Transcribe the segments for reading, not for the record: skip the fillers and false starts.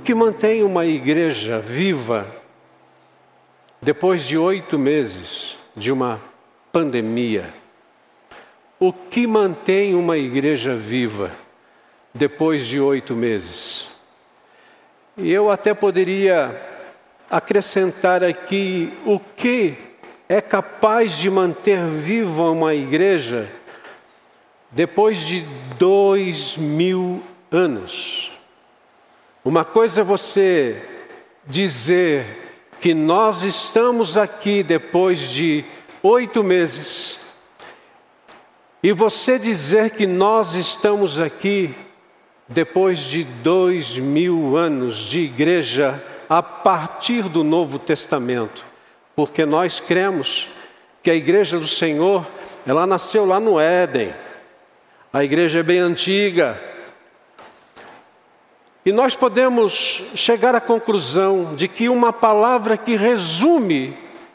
que mantém uma igreja viva depois de 8 meses de uma pandemia? O que mantém uma igreja viva depois de 8 meses? E eu até poderia acrescentar aqui o que é capaz de manter viva uma igreja depois de 2000 anos. Uma coisa é você dizer que nós estamos aqui depois de 8 meses, e você dizer que nós estamos aqui depois de 2000 anos de igreja a partir do Novo Testamento, porque nós cremos que a igreja do Senhor, ela nasceu lá no Éden. A igreja é bem antiga. E nós podemos chegar à conclusão de que uma palavra que resume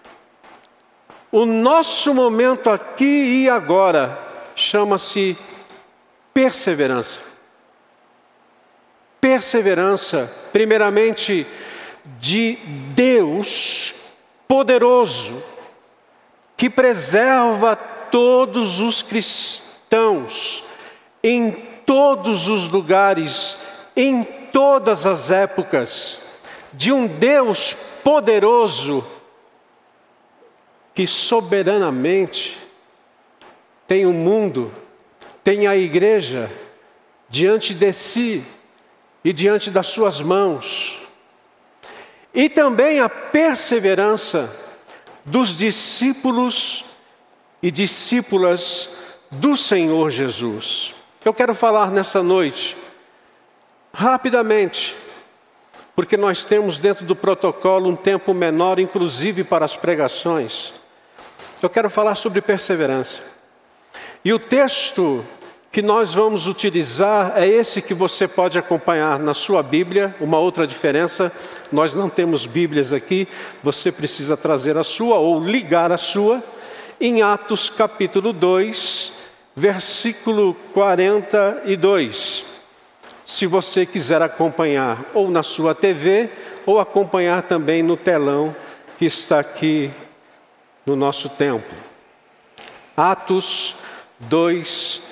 o nosso momento aqui e agora chama-se perseverança. Perseverança, primeiramente, de Deus poderoso, que preserva todos os cristãos em todos os lugares, em todas as épocas, de um Deus poderoso que soberanamente tem o mundo, tem a igreja diante de si e diante das suas mãos. E também a perseverança dos discípulos e discípulas do Senhor Jesus. Eu quero falar nessa noite, rapidamente, porque nós temos dentro do protocolo um tempo menor, inclusive para as pregações. Eu quero falar sobre perseverança. E o texto que nós vamos utilizar é esse que você pode acompanhar na sua Bíblia. Uma outra diferença, nós não temos Bíblias aqui, você precisa trazer a sua ou ligar a sua, em Atos capítulo 2, versículo 42. Se você quiser acompanhar ou na sua TV, ou acompanhar também no telão que está aqui no nosso templo. Atos 2,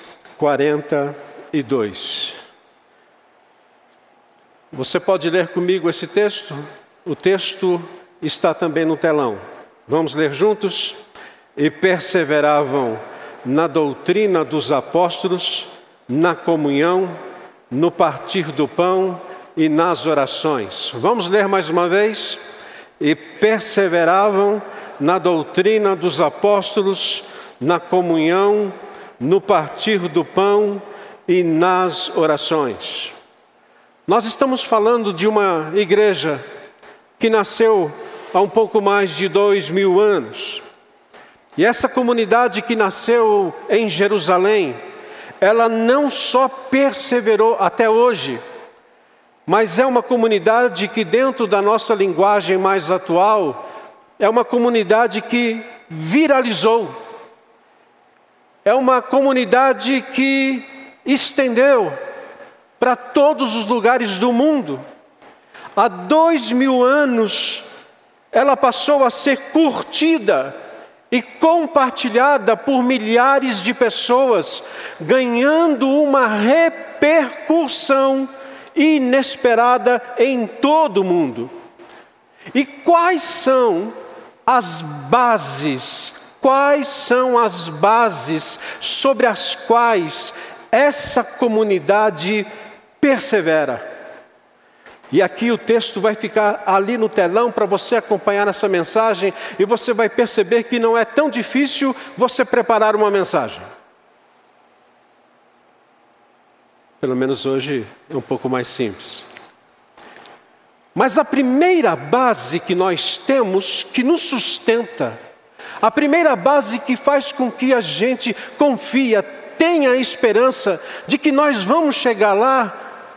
42. Você pode ler comigo esse texto? O texto está também no telão. Vamos ler juntos? E perseveravam na doutrina dos apóstolos, na comunhão, no partir do pão e nas orações. Vamos ler mais uma vez? E perseveravam na doutrina dos apóstolos, na comunhão, no partir do pão e nas orações. Nós estamos falando de uma igreja que nasceu há um pouco mais de 2000 anos. E essa comunidade que nasceu em Jerusalém, ela não só perseverou até hoje, mas é uma comunidade que, dentro da nossa linguagem mais atual, é uma comunidade que viralizou. É uma comunidade que estendeu para todos os lugares do mundo. Há 2000 anos, ela passou a ser curtida e compartilhada por milhares de pessoas, ganhando uma repercussão inesperada em todo o mundo. E quais são as bases? Quais são as bases sobre as quais essa comunidade persevera? E aqui o texto vai ficar ali no telão para você acompanhar essa mensagem, e você vai perceber que não é tão difícil você preparar uma mensagem. Pelo menos hoje é um pouco mais simples. Mas a primeira base que nós temos, que nos sustenta, a primeira base que faz com que a gente confia, tenha a esperança de que nós vamos chegar lá,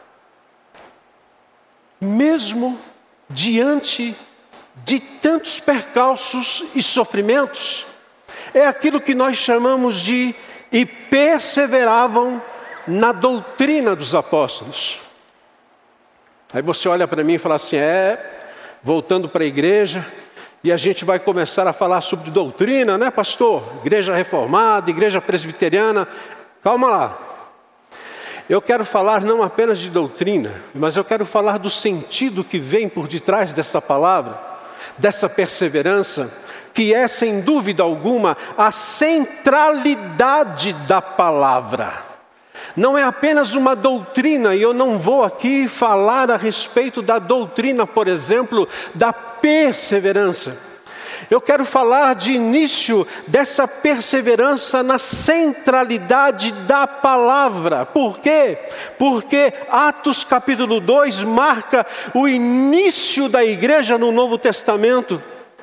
mesmo diante de tantos percalços e sofrimentos, é aquilo que nós chamamos de e perseveravam na doutrina dos apóstolos. Aí você olha para mim e fala assim, voltando para a igreja, e a gente vai começar a falar sobre doutrina, né, pastor? Igreja reformada, igreja presbiteriana. Calma lá. Eu quero falar não apenas de doutrina, mas eu quero falar do sentido que vem por detrás dessa palavra, dessa perseverança, que é, sem dúvida alguma, a centralidade da palavra. Não é apenas uma doutrina, e eu não vou aqui falar a respeito da doutrina, por exemplo, da perseverança. Eu quero falar de início dessa perseverança na centralidade da palavra. Por quê? Porque Atos capítulo 2 marca o início da igreja no Novo Testamento.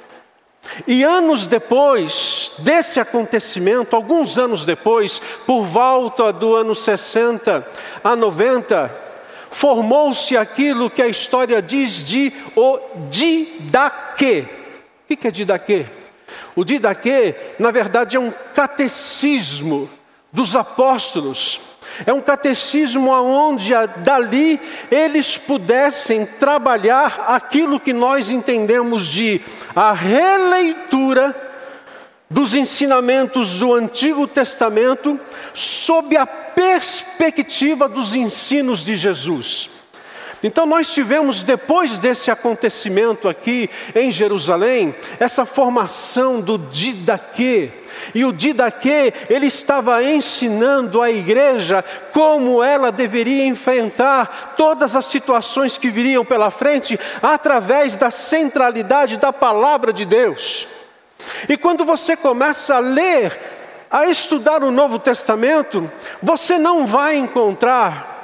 E anos depois desse acontecimento, alguns anos depois, por volta do ano 60 a 90, formou-se aquilo que a história diz de o Didaquê. O que é Didaquê? O Didaquê, na verdade, é um catecismo dos apóstolos. É um catecismo onde dali eles pudessem trabalhar aquilo que nós entendemos de a releitura dos ensinamentos do Antigo Testamento sob a perspectiva dos ensinos de Jesus. Então nós tivemos, depois desse acontecimento aqui em Jerusalém, essa formação do Didaquê. E o Didaquê, ele estava ensinando a igreja como ela deveria enfrentar todas as situações que viriam pela frente, através da centralidade da palavra de Deus. E quando você começa a ler, a estudar o Novo Testamento, você não vai encontrar,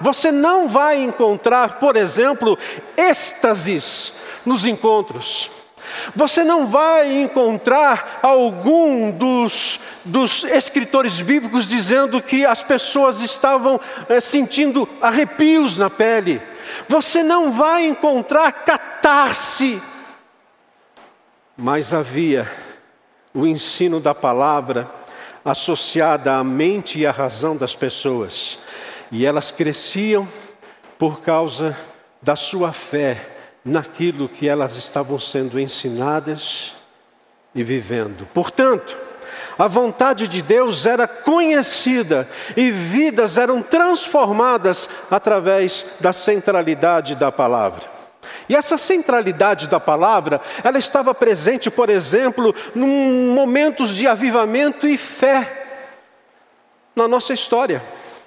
por exemplo, êxtases nos encontros. Você não vai encontrar algum dos escritores bíblicos dizendo que as pessoas estavam sentindo arrepios na pele. Você não vai encontrar catarse. Mas havia o ensino da palavra associada à mente e à razão das pessoas. E elas cresciam por causa da sua fé naquilo que elas estavam sendo ensinadas e vivendo. Portanto, a vontade de Deus era conhecida e vidas eram transformadas através da centralidade da palavra. E essa centralidade da palavra, ela estava presente, por exemplo, em momentos de avivamento e fé na nossa história.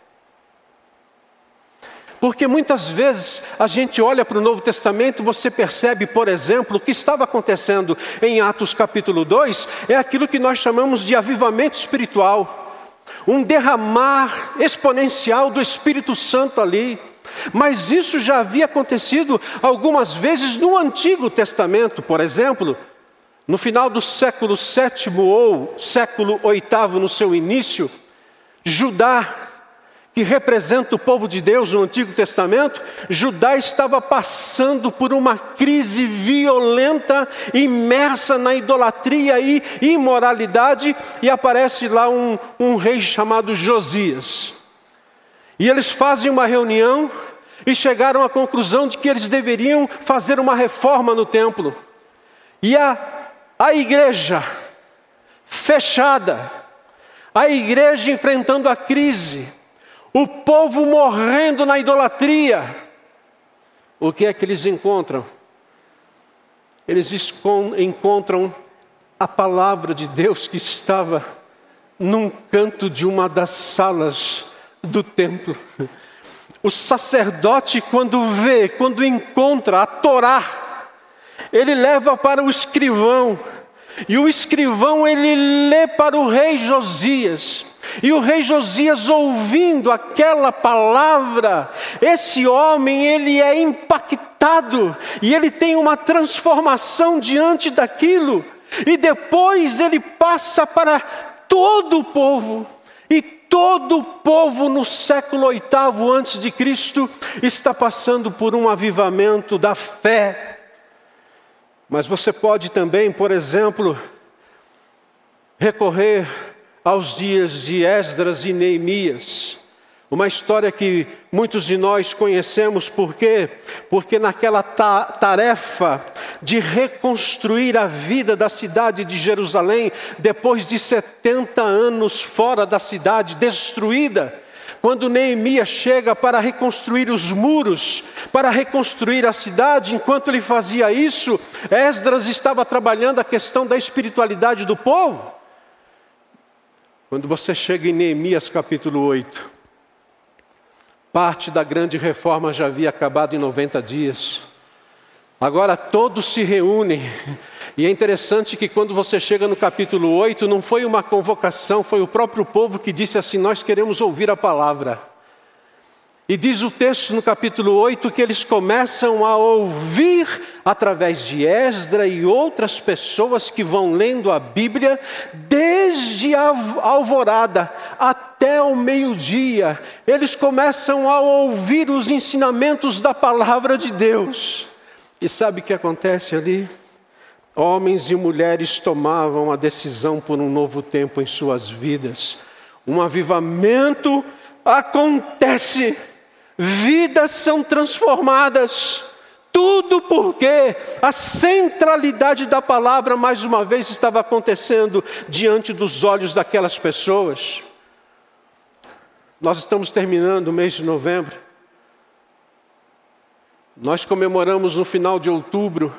Porque muitas vezes a gente olha para o Novo Testamento e você percebe, por exemplo, o que estava acontecendo em Atos capítulo 2, é aquilo que nós chamamos de avivamento espiritual. Um derramar exponencial do Espírito Santo ali. Mas isso já havia acontecido algumas vezes no Antigo Testamento. Por exemplo, no final do século VII ou século VIII, no seu início, Judá, que representa o povo de Deus no Antigo Testamento, Judá estava passando por uma crise violenta, imersa na idolatria e imoralidade, e aparece lá um rei chamado Josias. E eles fazem uma reunião e chegaram à conclusão de que eles deveriam fazer uma reforma no templo. E a igreja fechada, a igreja enfrentando a crise, o povo morrendo na idolatria. O que é que eles encontram? Eles encontram a palavra de Deus que estava num canto de uma das salas do templo. O sacerdote, quando encontra a Torá, ele leva para o escrivão, e o escrivão ele lê para o rei Josias. E o rei Josias, ouvindo aquela palavra, esse homem ele é impactado e ele tem uma transformação diante daquilo. E depois ele passa para todo o povo. E todo o povo no século VIII antes de Cristo está passando por um avivamento da fé. Mas você pode também, por exemplo, recorrer aos dias de Esdras e Neemias, Uma história que muitos de nós conhecemos, por quê? Porque naquela tarefa de reconstruir a vida da cidade de Jerusalém, depois de 70 anos fora da cidade, destruída, quando Neemias chega para reconstruir os muros, para reconstruir a cidade, enquanto ele fazia isso, Esdras estava trabalhando a questão da espiritualidade do povo. Quando você chega em Neemias capítulo 8, parte da grande reforma já havia acabado em 90 dias. Agora todos se reúnem. E é interessante que quando você chega no capítulo 8, não foi uma convocação, foi o próprio povo que disse assim: nós queremos ouvir a palavra. E diz o texto no capítulo 8 que eles começam a ouvir através de Esdras e outras pessoas que vão lendo a Bíblia desde a alvorada até o meio-dia. Eles começam a ouvir os ensinamentos da palavra de Deus. E sabe o que acontece ali? Homens e mulheres tomavam a decisão por um novo tempo em suas vidas. Um avivamento acontece. Vidas são transformadas, tudo porque a centralidade da palavra mais uma vez estava acontecendo diante dos olhos daquelas pessoas. Nós estamos terminando o mês de novembro. Nós comemoramos no final de outubro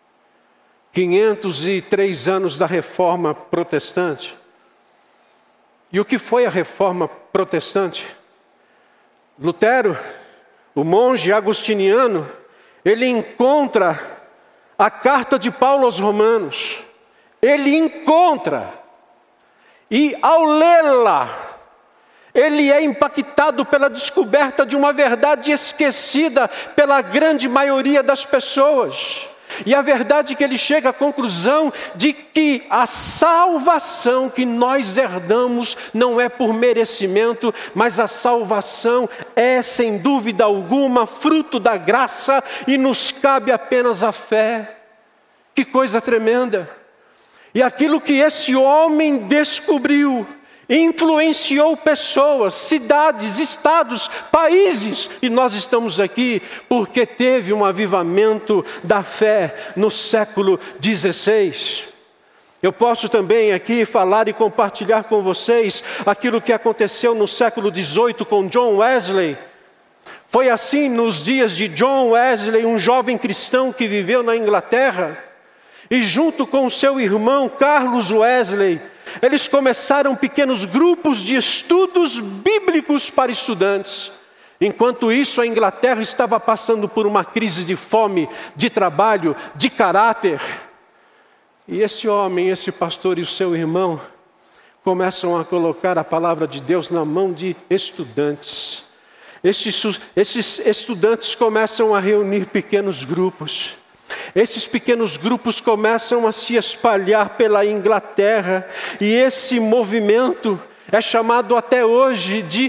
503 anos da Reforma Protestante. E o que foi a Reforma Protestante? Lutero, o monge agostiniano, ele encontra a carta de Paulo aos Romanos. Ele encontra, e ao lê-la, ele é impactado pela descoberta de uma verdade esquecida pela grande maioria das pessoas. E a verdade é que ele chega à conclusão de que a salvação que nós herdamos não é por merecimento, mas a salvação é, sem dúvida alguma, fruto da graça e nos cabe apenas a fé. Que coisa tremenda! E aquilo que esse homem descobriu influenciou pessoas, cidades, estados, países. E nós estamos aqui porque teve um avivamento da fé no século XVI. Eu posso também aqui falar e compartilhar com vocês aquilo que aconteceu no século XVIII com John Wesley. Foi assim nos dias de John Wesley, um jovem cristão que viveu na Inglaterra. E junto com seu irmão Carlos Wesley, eles começaram pequenos grupos de estudos bíblicos para estudantes. Enquanto isso, a Inglaterra estava passando por uma crise de fome, de trabalho, de caráter. E esse homem, esse pastor e o seu irmão começam a colocar a palavra de Deus na mão de estudantes. Esses estudantes começam a reunir pequenos grupos. Esses pequenos grupos começam a se espalhar pela Inglaterra. E esse movimento é chamado até hoje de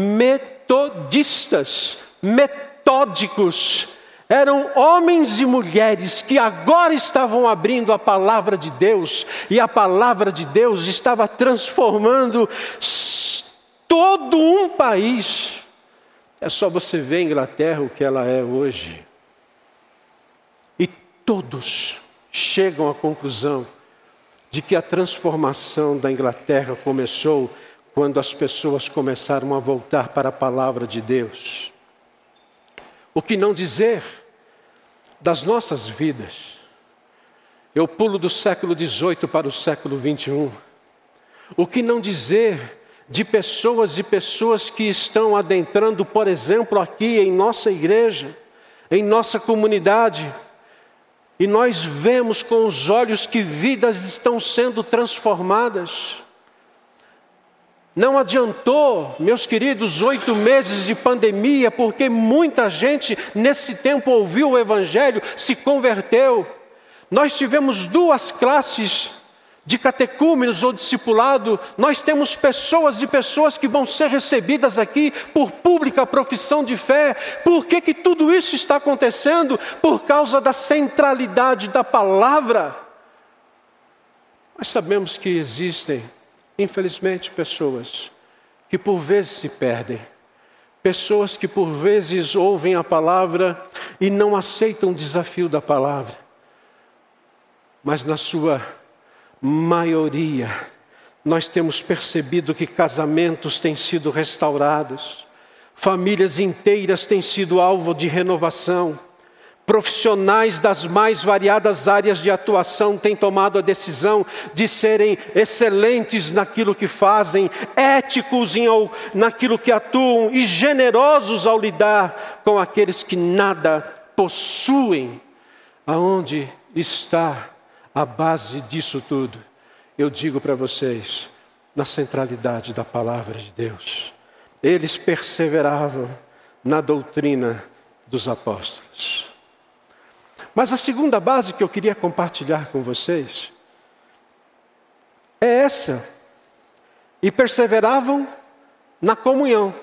metodistas, metódicos. Eram homens e mulheres que agora estavam abrindo a palavra de Deus. E a palavra de Deus estava transformando todo um país. É só você ver a Inglaterra o que ela é hoje. E todos chegam à conclusão de que a transformação da Inglaterra começou quando as pessoas começaram a voltar para a palavra de Deus. O que não dizer das nossas vidas? Eu pulo do século XVIII para o século XXI. O que não dizer de pessoas e pessoas que estão adentrando, por exemplo, aqui em nossa igreja, em nossa comunidade, e nós vemos com os olhos que vidas estão sendo transformadas. Não adiantou, meus queridos, 8 meses de pandemia, porque muita gente nesse tempo ouviu o Evangelho, se converteu. Nós tivemos 2 classes de catecúmenos ou discipulado. Nós temos pessoas e pessoas que vão ser recebidas aqui por pública profissão de fé. Por que tudo isso está acontecendo? Por causa da centralidade da palavra. Nós sabemos que existem, infelizmente, pessoas que por vezes se perdem. Pessoas que por vezes ouvem a palavra e não aceitam o desafio da palavra. Mas na sua maioria, nós temos percebido que casamentos têm sido restaurados, famílias inteiras têm sido alvo de renovação, profissionais das mais variadas áreas de atuação têm tomado a decisão de serem excelentes naquilo que fazem, éticos naquilo que atuam e generosos ao lidar com aqueles que nada possuem. Aonde está a base disso tudo? Eu digo para vocês, na centralidade da palavra de Deus. Eles perseveravam na doutrina dos apóstolos. Mas a segunda base que eu queria compartilhar com vocês é essa. E perseveravam na comunhão.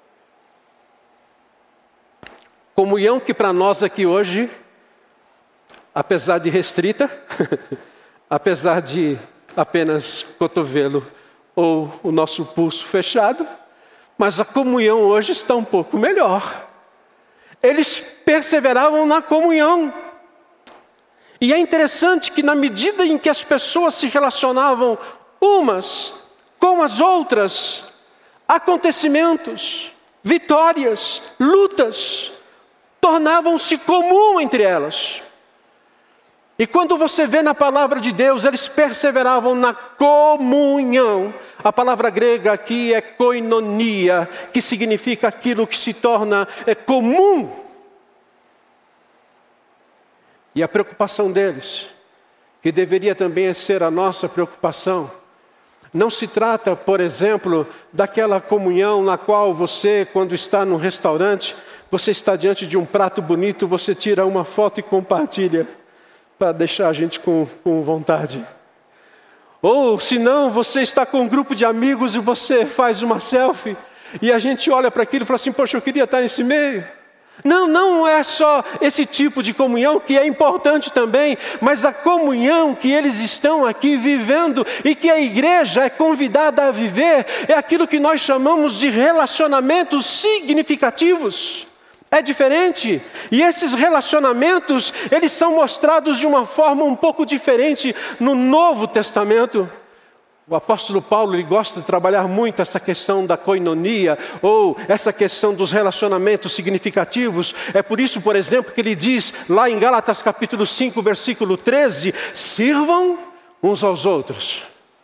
Comunhão que para nós aqui hoje, apesar de restrita, apesar de apenas cotovelo ou o nosso pulso fechado, mas a comunhão hoje está um pouco melhor. Eles perseveravam na comunhão. E é interessante que na medida em que as pessoas se relacionavam umas com as outras, acontecimentos, vitórias, lutas, tornavam-se comum entre elas. E quando você vê na palavra de Deus, eles perseveravam na comunhão. A palavra grega aqui é koinonia, que significa aquilo que se torna comum. E a preocupação deles, que deveria também ser a nossa preocupação, não se trata, por exemplo, daquela comunhão na qual você, quando está num restaurante, você está diante de um prato bonito, você tira uma foto e compartilha, para deixar a gente com vontade. Ou, se não, você está com um grupo de amigos e você faz uma selfie, e a gente olha para aquilo e fala assim, poxa, eu queria estar nesse meio. Não é só esse tipo de comunhão, que é importante também, mas a comunhão que eles estão aqui vivendo e que a igreja é convidada a viver, é aquilo que nós chamamos de relacionamentos significativos. É diferente, e esses relacionamentos, eles são mostrados de uma forma um pouco diferente no Novo Testamento. O apóstolo Paulo, ele gosta de trabalhar muito essa questão da koinonia, ou essa questão dos relacionamentos significativos. É por isso, por exemplo, que ele diz lá em Gálatas capítulo 5, versículo 13, sirvam uns aos outros.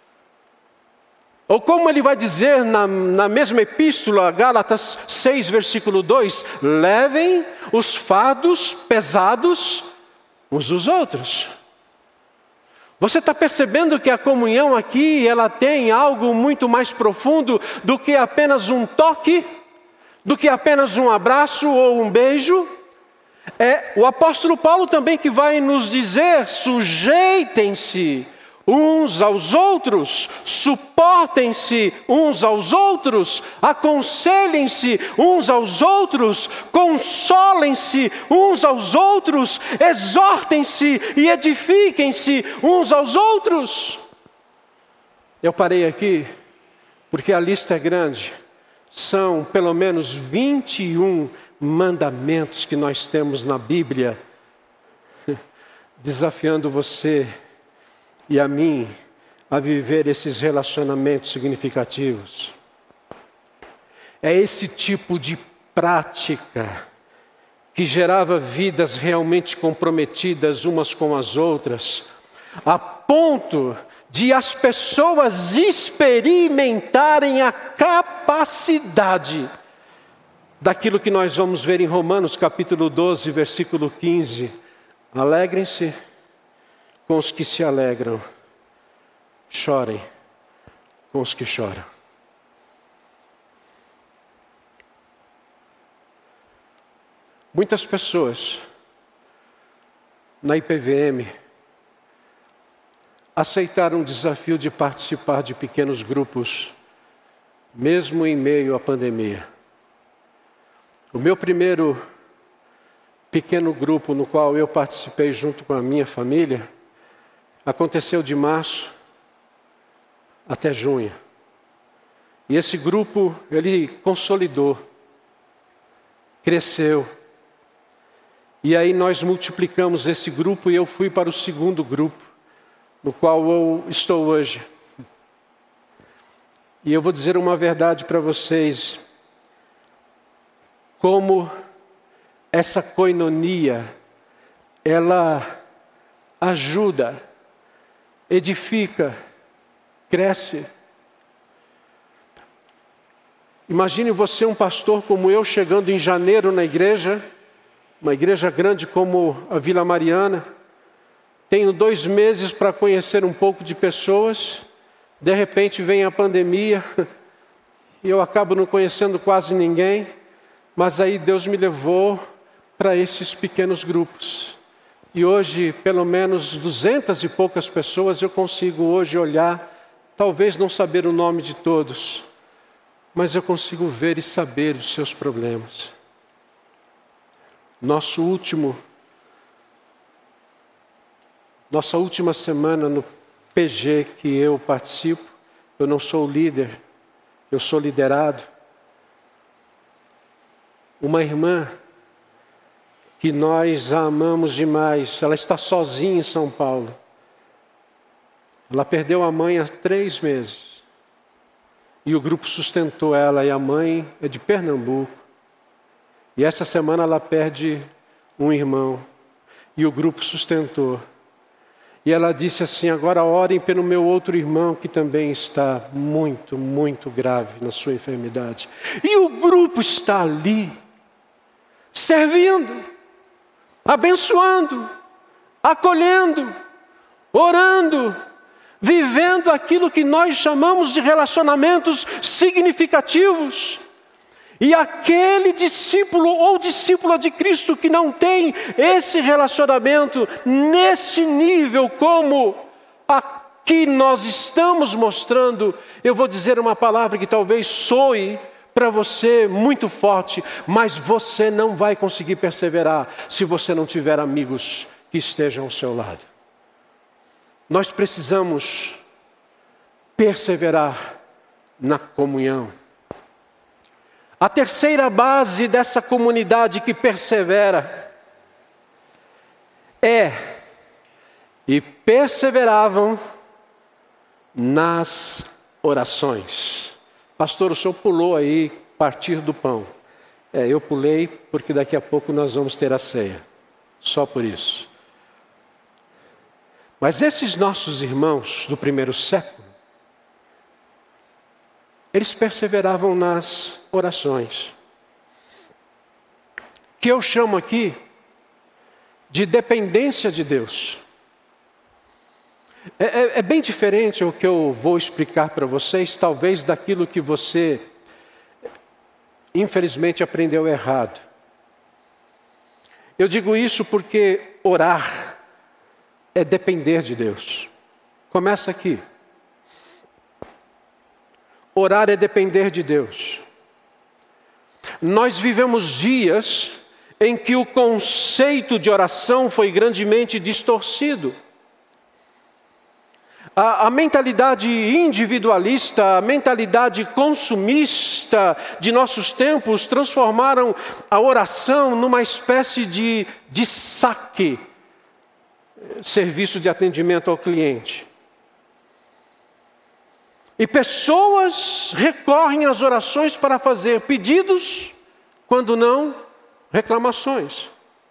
Ou como ele vai dizer na mesma epístola, Gálatas 6, versículo 2, levem os fardos pesados uns dos outros. Você está percebendo que a comunhão aqui, ela tem algo muito mais profundo do que apenas um toque, do que apenas um abraço ou um beijo? É o apóstolo Paulo também que vai nos dizer, sujeitem-se uns aos outros, suportem-se uns aos outros, aconselhem-se uns aos outros, consolem-se uns aos outros, exortem-se e edifiquem-se uns aos outros. Eu parei aqui porque a lista é grande. São pelo menos 21 mandamentos que nós temos na Bíblia, desafiando você e a mim a viver esses relacionamentos significativos. É esse tipo de prática que gerava vidas realmente comprometidas umas com as outras, a ponto de as pessoas experimentarem a capacidade daquilo que nós vamos ver em Romanos capítulo 12, versículo 15. Alegrem-se com os que se alegram, chorem com os que choram. Muitas pessoas na IPVM aceitaram o desafio de participar de pequenos grupos, mesmo em meio à pandemia. O meu primeiro pequeno grupo no qual eu participei junto com a minha família aconteceu de março até junho. E esse grupo, ele consolidou cresceu. E aí nós multiplicamos esse grupo e eu fui para o segundo grupo, no qual eu estou hoje. E eu vou dizer uma verdade para vocês, como essa koinonia, ela ajuda, edifica, cresce. Imagine você, um pastor como eu, chegando em janeiro na igreja, uma igreja grande como a Vila Mariana. Tenho 2 meses para conhecer um pouco de pessoas. De repente vem a pandemia e eu acabo não conhecendo quase ninguém. Mas aí Deus me levou para esses pequenos grupos. E hoje, pelo menos 200 e poucas pessoas, eu consigo hoje olhar, talvez não saber o nome de todos, mas eu consigo ver e saber os seus problemas. Nossa última semana no PG que eu participo, eu não sou líder, eu sou liderado. Uma irmã que nós a amamos demais, ela está sozinha em São Paulo. Ela perdeu a mãe há 3 meses. E o grupo sustentou ela, e a mãe é de Pernambuco. E essa semana ela perde um irmão. E o grupo sustentou. E ela disse assim: agora orem pelo meu outro irmão que também está muito, muito grave na sua enfermidade. E o grupo está ali, servindo, abençoando, acolhendo, orando, vivendo aquilo que nós chamamos de relacionamentos significativos. E aquele discípulo ou discípula de Cristo que não tem esse relacionamento nesse nível como aqui nós estamos mostrando, eu vou dizer uma palavra que talvez soe para você muito forte, mas você não vai conseguir perseverar se você não tiver amigos que estejam ao seu lado. Nós precisamos perseverar na comunhão. A terceira base dessa comunidade que persevera e perseveravam nas orações. Pastor, o senhor pulou aí partir do pão. Eu pulei porque daqui a pouco nós vamos ter a ceia. Só por isso. Mas esses nossos irmãos do primeiro século, eles perseveravam nas orações, que eu chamo aqui de dependência de Deus. É bem diferente o que eu vou explicar para vocês, talvez daquilo que você, infelizmente, aprendeu errado. Eu digo isso porque orar é depender de Deus. Começa aqui. Orar é depender de Deus. Nós vivemos dias em que o conceito de oração foi grandemente distorcido. A mentalidade individualista, a mentalidade consumista de nossos tempos transformaram a oração numa espécie de saque, serviço de atendimento ao cliente. E pessoas recorrem às orações para fazer pedidos, quando não, reclamações.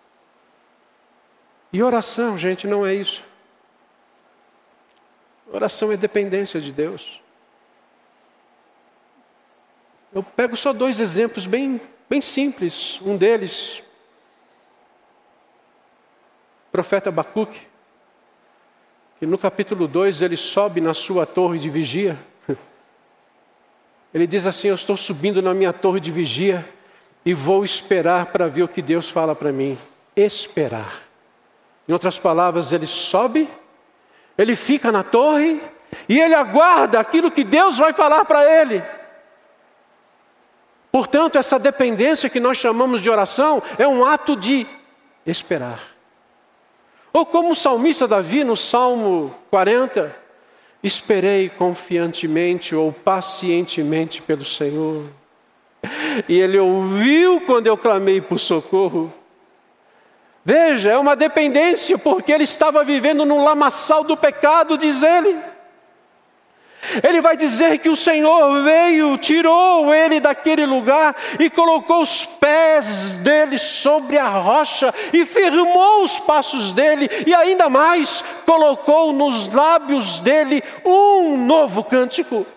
E oração, gente, não é isso. Oração é dependência de Deus. Eu pego só 2 exemplos bem simples. Um deles, o profeta Abacuque, que no capítulo 2 ele sobe na sua torre de vigia. Ele diz assim: eu estou subindo na minha torre de vigia e vou esperar para ver o que Deus fala para mim. Esperar. Em outras palavras, ele sobe, ele fica na torre e ele aguarda aquilo que Deus vai falar para ele. Portanto, essa dependência que nós chamamos de oração é um ato de esperar. Ou como o salmista Davi no Salmo 40, esperei confiantemente ou pacientemente pelo Senhor. e Ele ouviu quando eu clamei por socorro. Veja, é uma dependência, porque ele estava vivendo no lamaçal do pecado, diz ele. Ele vai dizer que o Senhor veio, tirou ele daquele lugar e colocou os pés dele sobre a rocha e firmou os passos dele e ainda mais colocou nos lábios dele um novo cântico.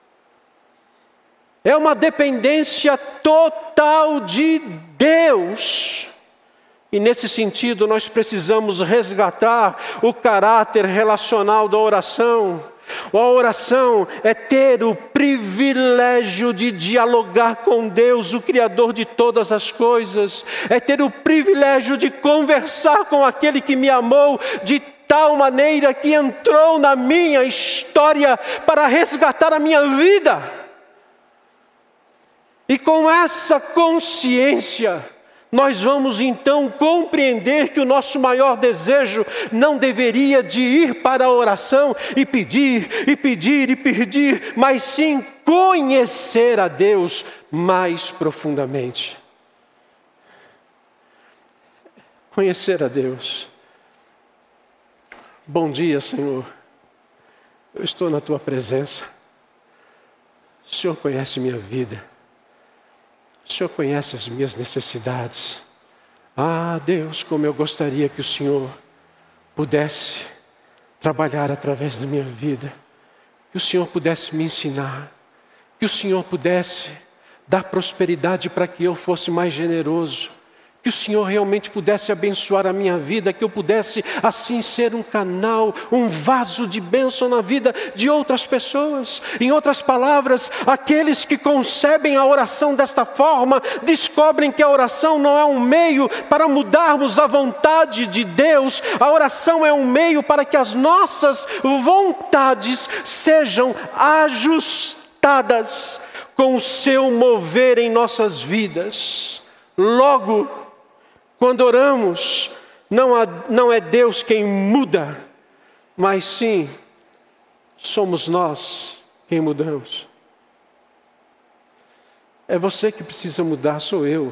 É uma dependência total de Deus. E nesse sentido nós precisamos resgatar o caráter relacional da oração. A oração é ter o privilégio de dialogar com Deus, o Criador de todas as coisas. É ter o privilégio de conversar com aquele que me amou de tal maneira que entrou na minha história para resgatar a minha vida. E com essa consciência, nós vamos então compreender que o nosso maior desejo não deveria de ir para a oração e pedir, mas sim conhecer a Deus mais profundamente. Conhecer a Deus. Bom dia, Senhor. Eu estou na Tua presença. O Senhor conhece minha vida. O Senhor conhece as minhas necessidades. Ah, Deus, como eu gostaria que o Senhor pudesse trabalhar através da minha vida. Que o Senhor pudesse me ensinar. Que o Senhor pudesse dar prosperidade para que eu fosse mais generoso. Que o Senhor realmente pudesse abençoar a minha vida, que eu pudesse assim ser um canal, um vaso de bênção na vida de outras pessoas. Em outras palavras, aqueles que concebem a oração desta forma, descobrem que a oração não é um meio para mudarmos a vontade de Deus, a oração é um meio para que as nossas vontades sejam ajustadas com o seu mover em nossas vidas. Logo, quando oramos, não é Deus quem muda, mas sim, somos nós quem mudamos. É você que precisa mudar, sou eu.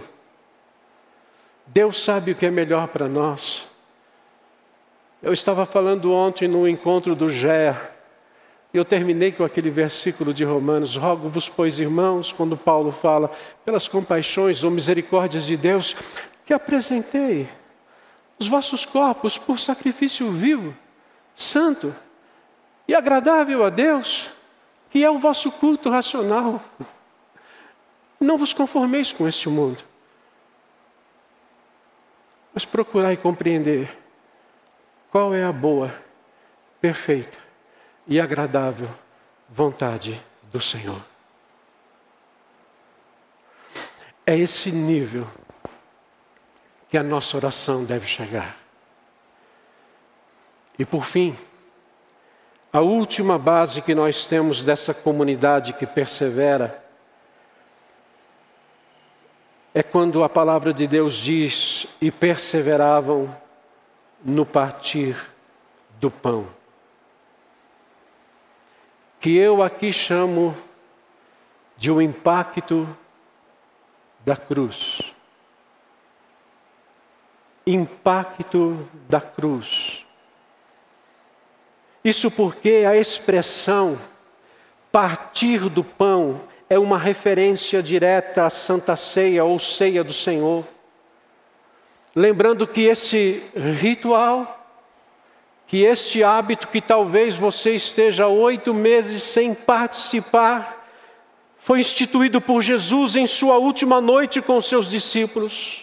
Deus sabe o que é melhor para nós. Eu estava falando ontem no encontro do GEA, e eu terminei com aquele versículo de Romanos: rogo-vos, pois, irmãos, quando Paulo fala, pelas compaixões ou misericórdias de Deus, que apresentei os vossos corpos por sacrifício vivo, santo e agradável a Deus, que é o vosso culto racional. Não vos conformeis com este mundo, mas procurai compreender qual é a boa, perfeita e agradável vontade do Senhor. É esse nível que a nossa oração deve chegar. E por fim, a última base que nós temos dessa comunidade que persevera é quando a palavra de Deus diz: e perseveravam no partir do pão. Que eu aqui chamo de o impacto da cruz. Impacto da cruz. Isso porque a expressão partir do pão é uma referência direta à Santa Ceia ou Ceia do Senhor. Lembrando que esse ritual, que este hábito que talvez você esteja 8 meses sem participar, foi instituído por Jesus em sua última noite com seus discípulos.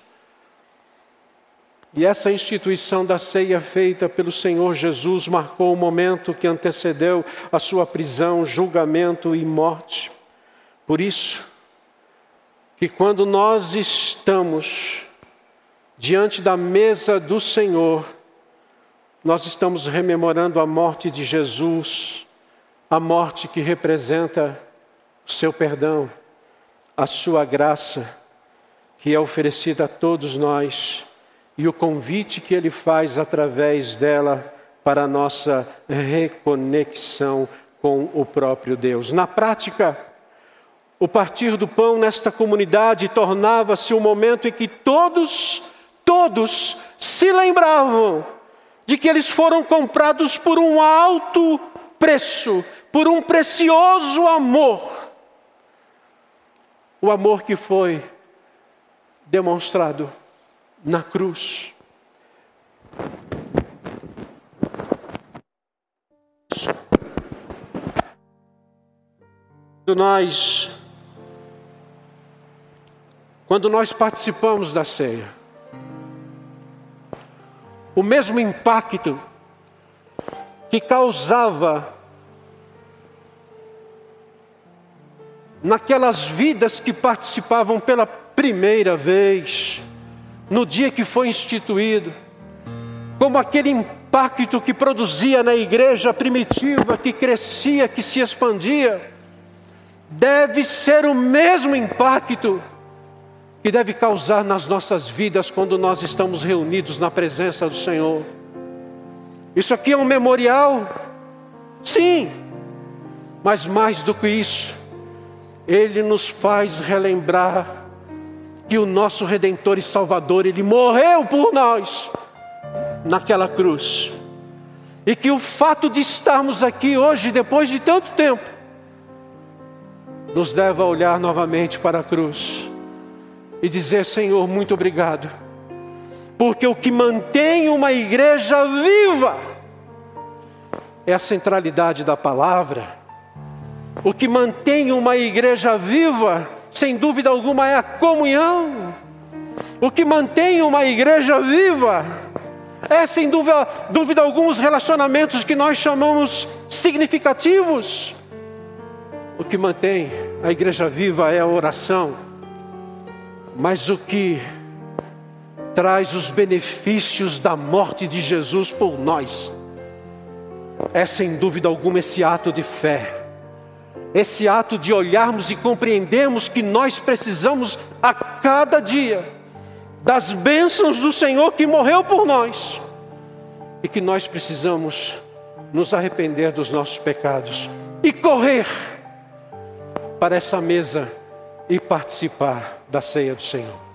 E essa instituição da ceia feita pelo Senhor Jesus marcou o momento que antecedeu a sua prisão, julgamento e morte. Por isso, que quando nós estamos diante da mesa do Senhor, nós estamos rememorando a morte de Jesus, a morte que representa o seu perdão, a sua graça, que é oferecida a todos nós, e o convite que Ele faz através dela para a nossa reconexão com o próprio Deus. Na prática, O partir do pão nesta comunidade tornava-se um momento em que todos se lembravam de que eles foram comprados por um alto preço, por um precioso amor. O amor que foi demonstrado na cruz. Quando nós participamos da ceia, o mesmo impacto que causava naquelas vidas que participavam pela primeira vez, no dia que foi instituído, como aquele impacto que produzia na igreja primitiva, que crescia, que se expandia, deve ser o mesmo impacto que deve causar nas nossas vidas quando nós estamos reunidos na presença do Senhor. Isso aqui é um memorial? Sim, mas mais do que isso, Ele nos faz relembrar que o nosso Redentor e Salvador, Ele morreu por nós naquela cruz. E que o fato de estarmos aqui hoje, depois de tanto tempo, nos leva a olhar novamente para a cruz e dizer: Senhor, muito obrigado, porque o que mantém uma igreja viva é a centralidade da palavra. O que mantém uma igreja viva, sem dúvida alguma, é a comunhão. O que mantém uma igreja viva é, sem dúvida alguma, os relacionamentos que nós chamamos significativos. O que mantém a igreja viva é a oração. Mas o que traz os benefícios da morte de Jesus por nós é, sem dúvida alguma, esse ato de fé. Esse ato de olharmos e compreendermos que nós precisamos a cada dia das bênçãos do Senhor que morreu por nós, e que nós precisamos nos arrepender dos nossos pecados e correr para essa mesa e participar da ceia do Senhor.